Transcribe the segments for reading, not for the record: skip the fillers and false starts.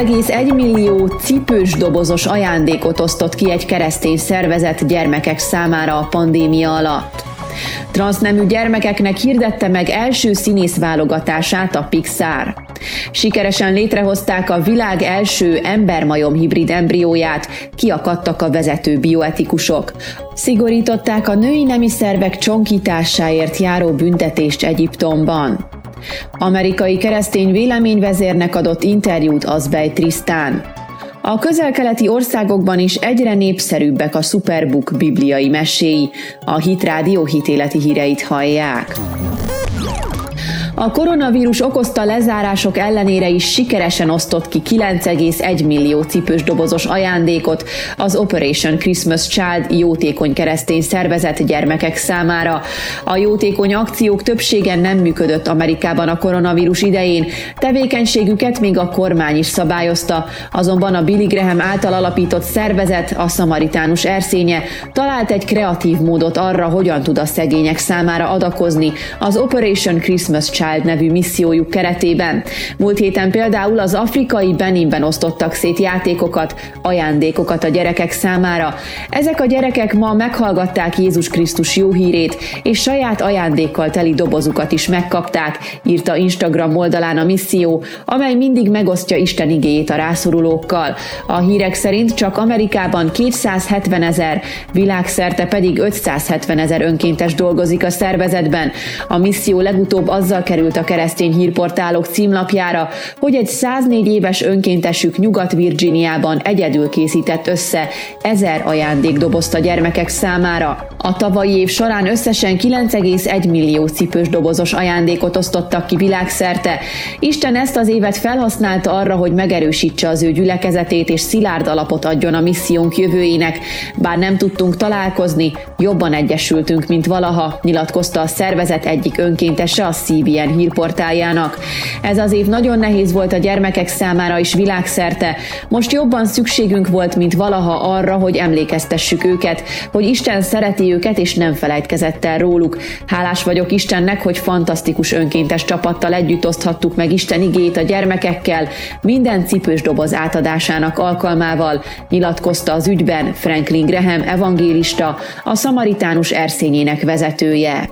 9,1 millió cipős dobozos ajándékot osztott ki egy keresztény szervezet gyermekek számára a pandémia alatt. Transznemű gyermekeknek hirdette meg első színészválogatását a Pixar. Sikeresen létrehozták a világ első ember-majom hibrid embrióját, kiakadtak a vezető bioetikusok. Szigorították a női nemi szervek csonkításáért járó büntetést Egyiptomban. Amerikai keresztény véleményvezérnek adott interjút Azbej Trisztán. A közel-keleti országokban is egyre népszerűbbek a Superbook bibliai meséi, a Hit Rádió hitéleti híreit hallják. A koronavírus okozta lezárások ellenére is sikeresen osztott ki 9,1 millió cipős dobozos ajándékot az Operation Christmas Child jótékony keresztény szervezet gyermekek számára. A jótékony akciók többségen nem működött Amerikában a koronavírus idején, tevékenységüket még a kormány is szabályozta, azonban a Billy Graham által alapított szervezet, a Szamaritánus Erszénye talált egy kreatív módot arra, hogyan tud a szegények számára adakozni az Operation Christmas Child nevű missziójuk keretében. Múlt héten például az afrikai Beninben osztottak szét játékokat, ajándékokat a gyerekek számára. Ezek a gyerekek ma meghallgatták Jézus Krisztus jó hírét, és saját ajándékkal teli dobozukat is megkapták, írta Instagram oldalán a misszió, amely mindig megosztja Isten igéjét a rászorulókkal. A hírek szerint csak Amerikában 270 000, világszerte pedig 570 000 önkéntes dolgozik a szervezetben. A misszió legutóbb azzal került a keresztény hírportálok címlapjára, hogy egy 104 éves önkéntesük Nyugat-Virginiában egyedül készített össze 1000 ajándékdobozt a gyermekek számára. A tavalyi év során összesen 9,1 millió cipős dobozos ajándékot osztottak ki világszerte. Isten ezt az évet felhasználta arra, hogy megerősítse az ő gyülekezetét és szilárd alapot adjon a missziónk jövőjének. Bár nem tudtunk találkozni, jobban egyesültünk, mint valaha, nyilatkozta a szervezet egyik önkéntese a CBN hírportáljának. Ez az év nagyon nehéz volt a gyermekek számára is világszerte. Most jobban szükségünk volt, mint valaha arra, hogy emlékeztessük őket, hogy Isten szereti őket és nem felejtkezett el róluk. Hálás vagyok Istennek, hogy fantasztikus önkéntes csapattal együtt oszthattuk meg Isten igéjét a gyermekekkel, minden cipős doboz átadásának alkalmával, nyilatkozta az ügyben Franklin Graham evangélista, a Szamaritánus Erszényének vezetője.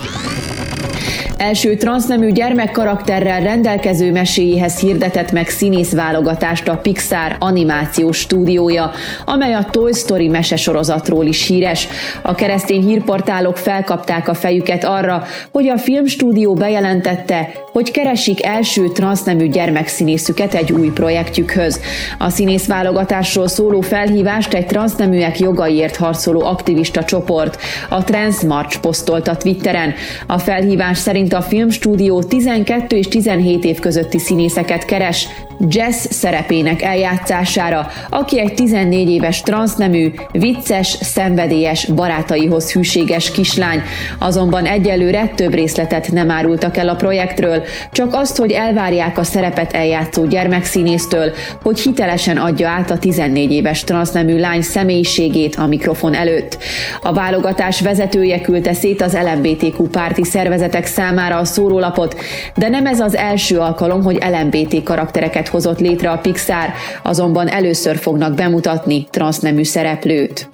Első transznemű gyermekkarakterrel rendelkező meséjéhez hirdetett meg színészválogatást a Pixar animációs stúdiója, amely a Toy Story mesesorozatról is híres. A keresztény hírportálok felkapták a fejüket arra, hogy a filmstúdió bejelentette, hogy keresik első transznemű gyermekszínészüket egy új projektjükhöz. A színészválogatásról szóló felhívást egy transzneműek jogaiért harcoló aktivista csoport, a Trans March posztolta Twitteren. A felhívás szerint a filmstúdió 12 és 17 év közötti színészeket keres Jess szerepének eljátszására, aki egy 14 éves transznemű, vicces, szenvedélyes, barátaihoz hűséges kislány. Azonban egyelőre több részletet nem árultak el a projektről, csak azt, hogy elvárják a szerepet eljátszó gyermekszínésztől, hogy hitelesen adja át a 14 éves transznemű lány személyiségét a mikrofon előtt. A válogatás vezetője küldte szét az LMBTQ párti szervezetek számára a szórólapot, de nem ez az első alkalom, hogy LMBT karaktereket hozott létre a Pixar, azonban először fognak bemutatni transznemű szereplőt.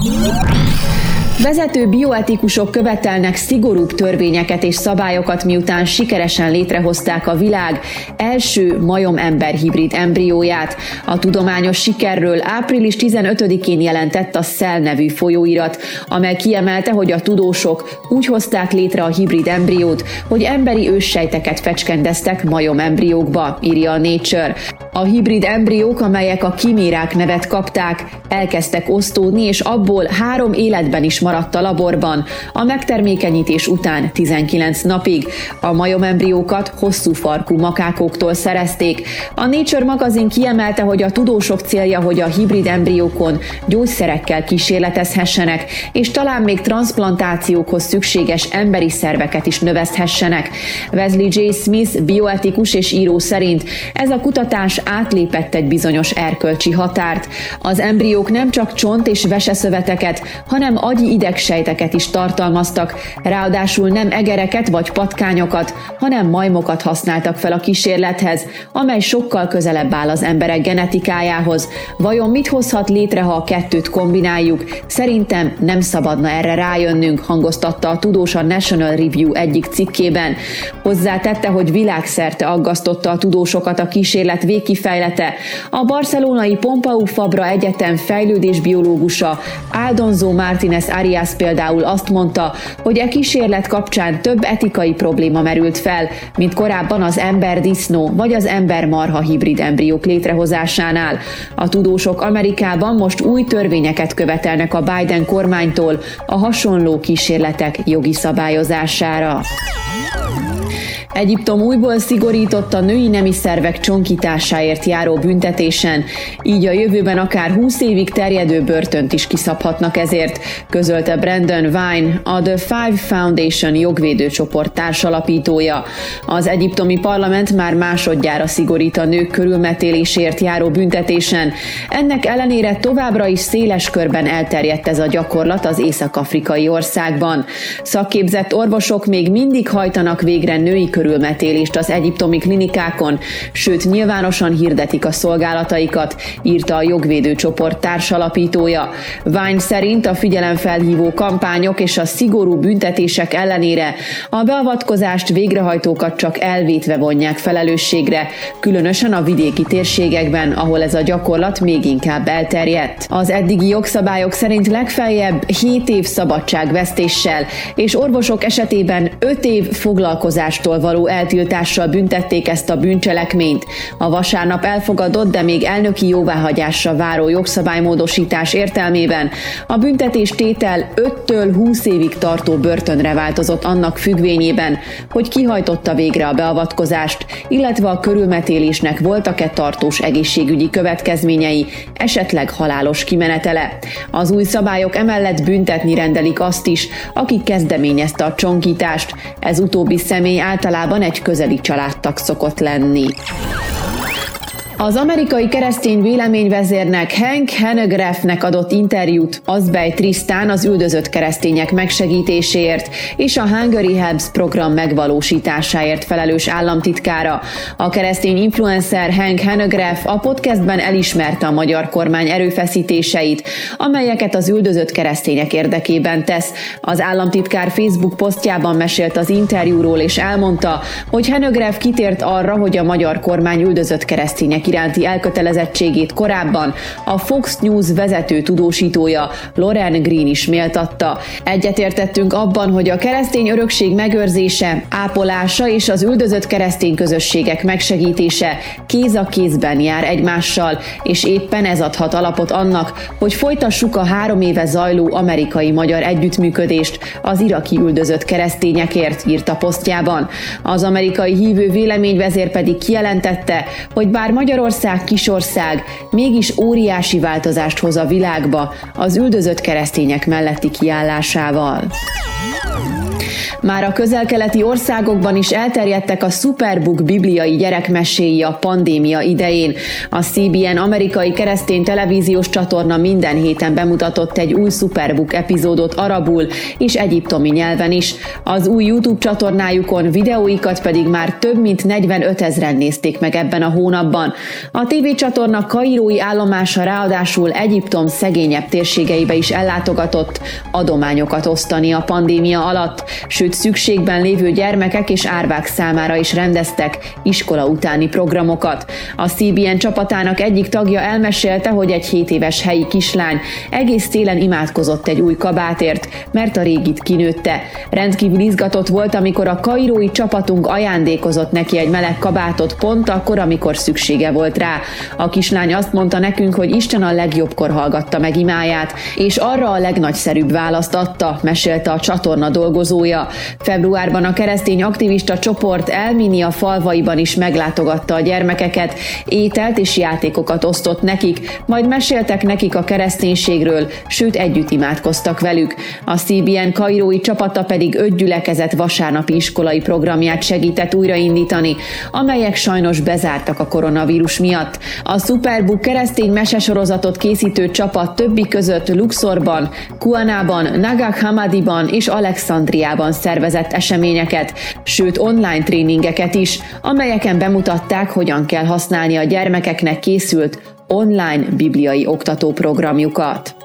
Vezető bioetikusok követelnek szigorúbb törvényeket és szabályokat, miután sikeresen létrehozták a világ első majom-ember hibrid embrióját. A tudományos sikerről április 15-én jelentett a Cell nevű folyóirat, amely kiemelte, hogy a tudósok úgy hozták létre a hibrid embriót, hogy emberi őssejteket fecskendeztek majom-embriókba, írja a Nature. A hibrid embriók, amelyek a kimérák nevet kapták, elkezdtek osztódni, és abból 3 életben is maradt a laborban, a megtermékenyítés után 19 napig. A majomembriókat hosszú farkú makákoktól szerezték. A Nature magazin kiemelte, hogy a tudósok célja, hogy a hibrid embriókon gyógyszerekkel kísérletezhessenek, és talán még transzplantációkhoz szükséges emberi szerveket is növeszthessenek. Wesley J. Smith, bioetikus és író szerint ez a kutatás átlépett egy bizonyos erkölcsi határt. Az embriók nem csak csont és veseszöveteket, hanem agyi idegsejteket is tartalmaztak, ráadásul nem egereket vagy patkányokat, hanem majmokat használtak fel a kísérlethez, amely sokkal közelebb áll az emberek genetikájához. Vajon mit hozhat létre, ha a kettőt kombináljuk? Szerintem nem szabadna erre rájönnünk, hangoztatta a tudós a National Review egyik cikkében. Hozzátette, hogy világszerte aggasztotta a tudósokat a kísérlet végkifejlete. A barcelonai Pompeu Fabra Egyetem fejlődésbiológusa Aldonso Martínez Arias például azt mondta, hogy a kísérlet kapcsán több etikai probléma merült fel, mint korábban az ember-disznó vagy az ember-marha hibrid embriók létrehozásánál. A tudósok Amerikában most új törvényeket követelnek a Biden kormánytól a hasonló kísérletek jogi szabályozására. Egyiptom újból szigorított a női nemi szervek csonkításáért járó büntetésen, így a jövőben akár 20 évig terjedő börtönt is kiszabhatnak ezért, közölte Brandon Vine, a The Five Foundation jogvédőcsoport társalapítója. Az egyiptomi parlament már másodjára szigorít a nők körülmetélésért járó büntetésen. Ennek ellenére továbbra is széles körben elterjedt ez a gyakorlat az észak-afrikai országban. Szakképzett orvosok még mindig hajtanak végre női körülmetélést az egyiptomi klinikákon, sőt nyilvánosan hirdetik a szolgálataikat, írta a jogvédőcsoport társalapítója. Vine szerint a figyelemfelhívó kampányok és a szigorú büntetések ellenére a beavatkozást végrehajtókat csak elvétve vonják felelősségre, különösen a vidéki térségekben, ahol ez a gyakorlat még inkább elterjedt. Az eddigi jogszabályok szerint legfeljebb 7 év szabadságvesztéssel, és orvosok esetében 5 év foglalkozástól való eltiltással büntették ezt a bűncselekményt. A vasárnap elfogadott, de még elnöki jóváhagyásra váró jogszabálymódosítás értelmében a büntetéstétel 5-től 20 évig tartó börtönre változott annak függvényében, hogy ki hajtotta végre a beavatkozást, illetve a körülmetélésnek voltak-e tartós egészségügyi következményei, esetleg halálos kimenetele. Az új szabályok emellett büntetni rendelik azt is, aki kezdeményezte a csonkítást. Ez utóbbi személy általában egy közeli családtag szokott lenni. Az amerikai keresztény véleményvezérnek Hank Hanegraaffnek adott interjút Azbej Tristan az üldözött keresztények megsegítéséért és a Hungary Helps program megvalósításáért felelős államtitkára. A keresztény influencer Hank Hanegraaff a podcastben elismerte a magyar kormány erőfeszítéseit, amelyeket az üldözött keresztények érdekében tesz. Az államtitkár Facebook posztjában mesélt az interjúról és elmondta, hogy Hanegraaff kitért arra, hogy a magyar kormány üldözött keresztények iránti elkötelezettségét korábban a Fox News vezető tudósítója Lauren Green is méltatta. Egyetértettünk abban, hogy a keresztény örökség megőrzése, ápolása és az üldözött keresztény közösségek megsegítése kéz a kézben jár egymással, és éppen ez adhat alapot annak, hogy folytassuk a 3 éve zajló amerikai-magyar együttműködést az iraki üldözött keresztényekért, írta posztjában. Az amerikai hívő véleményvezér pedig kijelentette, hogy bár Magyarország kisország, mégis óriási változást hoz a világba az üldözött keresztények melletti kiállásával. Már a közel-keleti országokban is elterjedtek a Superbook bibliai gyerekmeséi a pandémia idején. A CBN amerikai keresztény televíziós csatorna minden héten bemutatott egy új Superbook epizódot arabul és egyiptomi nyelven is. Az új YouTube csatornájukon videóikat pedig már több mint 45 000-en nézték meg ebben a hónapban. A tévécsatorna kairói állomása ráadásul Egyiptom szegényebb térségeibe is ellátogatott adományokat osztani a pandémia alatt, sőt szükségben lévő gyermekek és árvák számára is rendeztek iskola utáni programokat. A CBN csapatának egyik tagja elmesélte, hogy egy 7 éves helyi kislány egész télen imádkozott egy új kabátért, mert a régit kinőtte. Rendkívül izgatott volt, amikor a kairói csapatunk ajándékozott neki egy meleg kabátot pont akkor, amikor szüksége volt rá. A kislány azt mondta nekünk, hogy Isten a legjobbkor hallgatta meg imáját, és arra a legnagyszerűbb választ adta, mesélte a csatorna dolgozója. Februárban a keresztény aktivista csoport Elminia falvaiban is meglátogatta a gyermekeket, ételt és játékokat osztott nekik, majd meséltek nekik a kereszténységről, sőt együtt imádkoztak velük. A CBN kairói csapata pedig 5 gyülekezet vasárnapi iskolai programját segített újraindítani, amelyek sajnos bezártak a koronavírus miatt. A Superbook keresztény mesesorozatot készítő csapat többi között Luxorban, Kuanában, Nagak Hammadiban és Alexandriában szervezett eseményeket, sőt online tréningeket is, amelyeken bemutatták, hogyan kell használni a gyermekeknek készült online bibliai oktatóprogramjukat.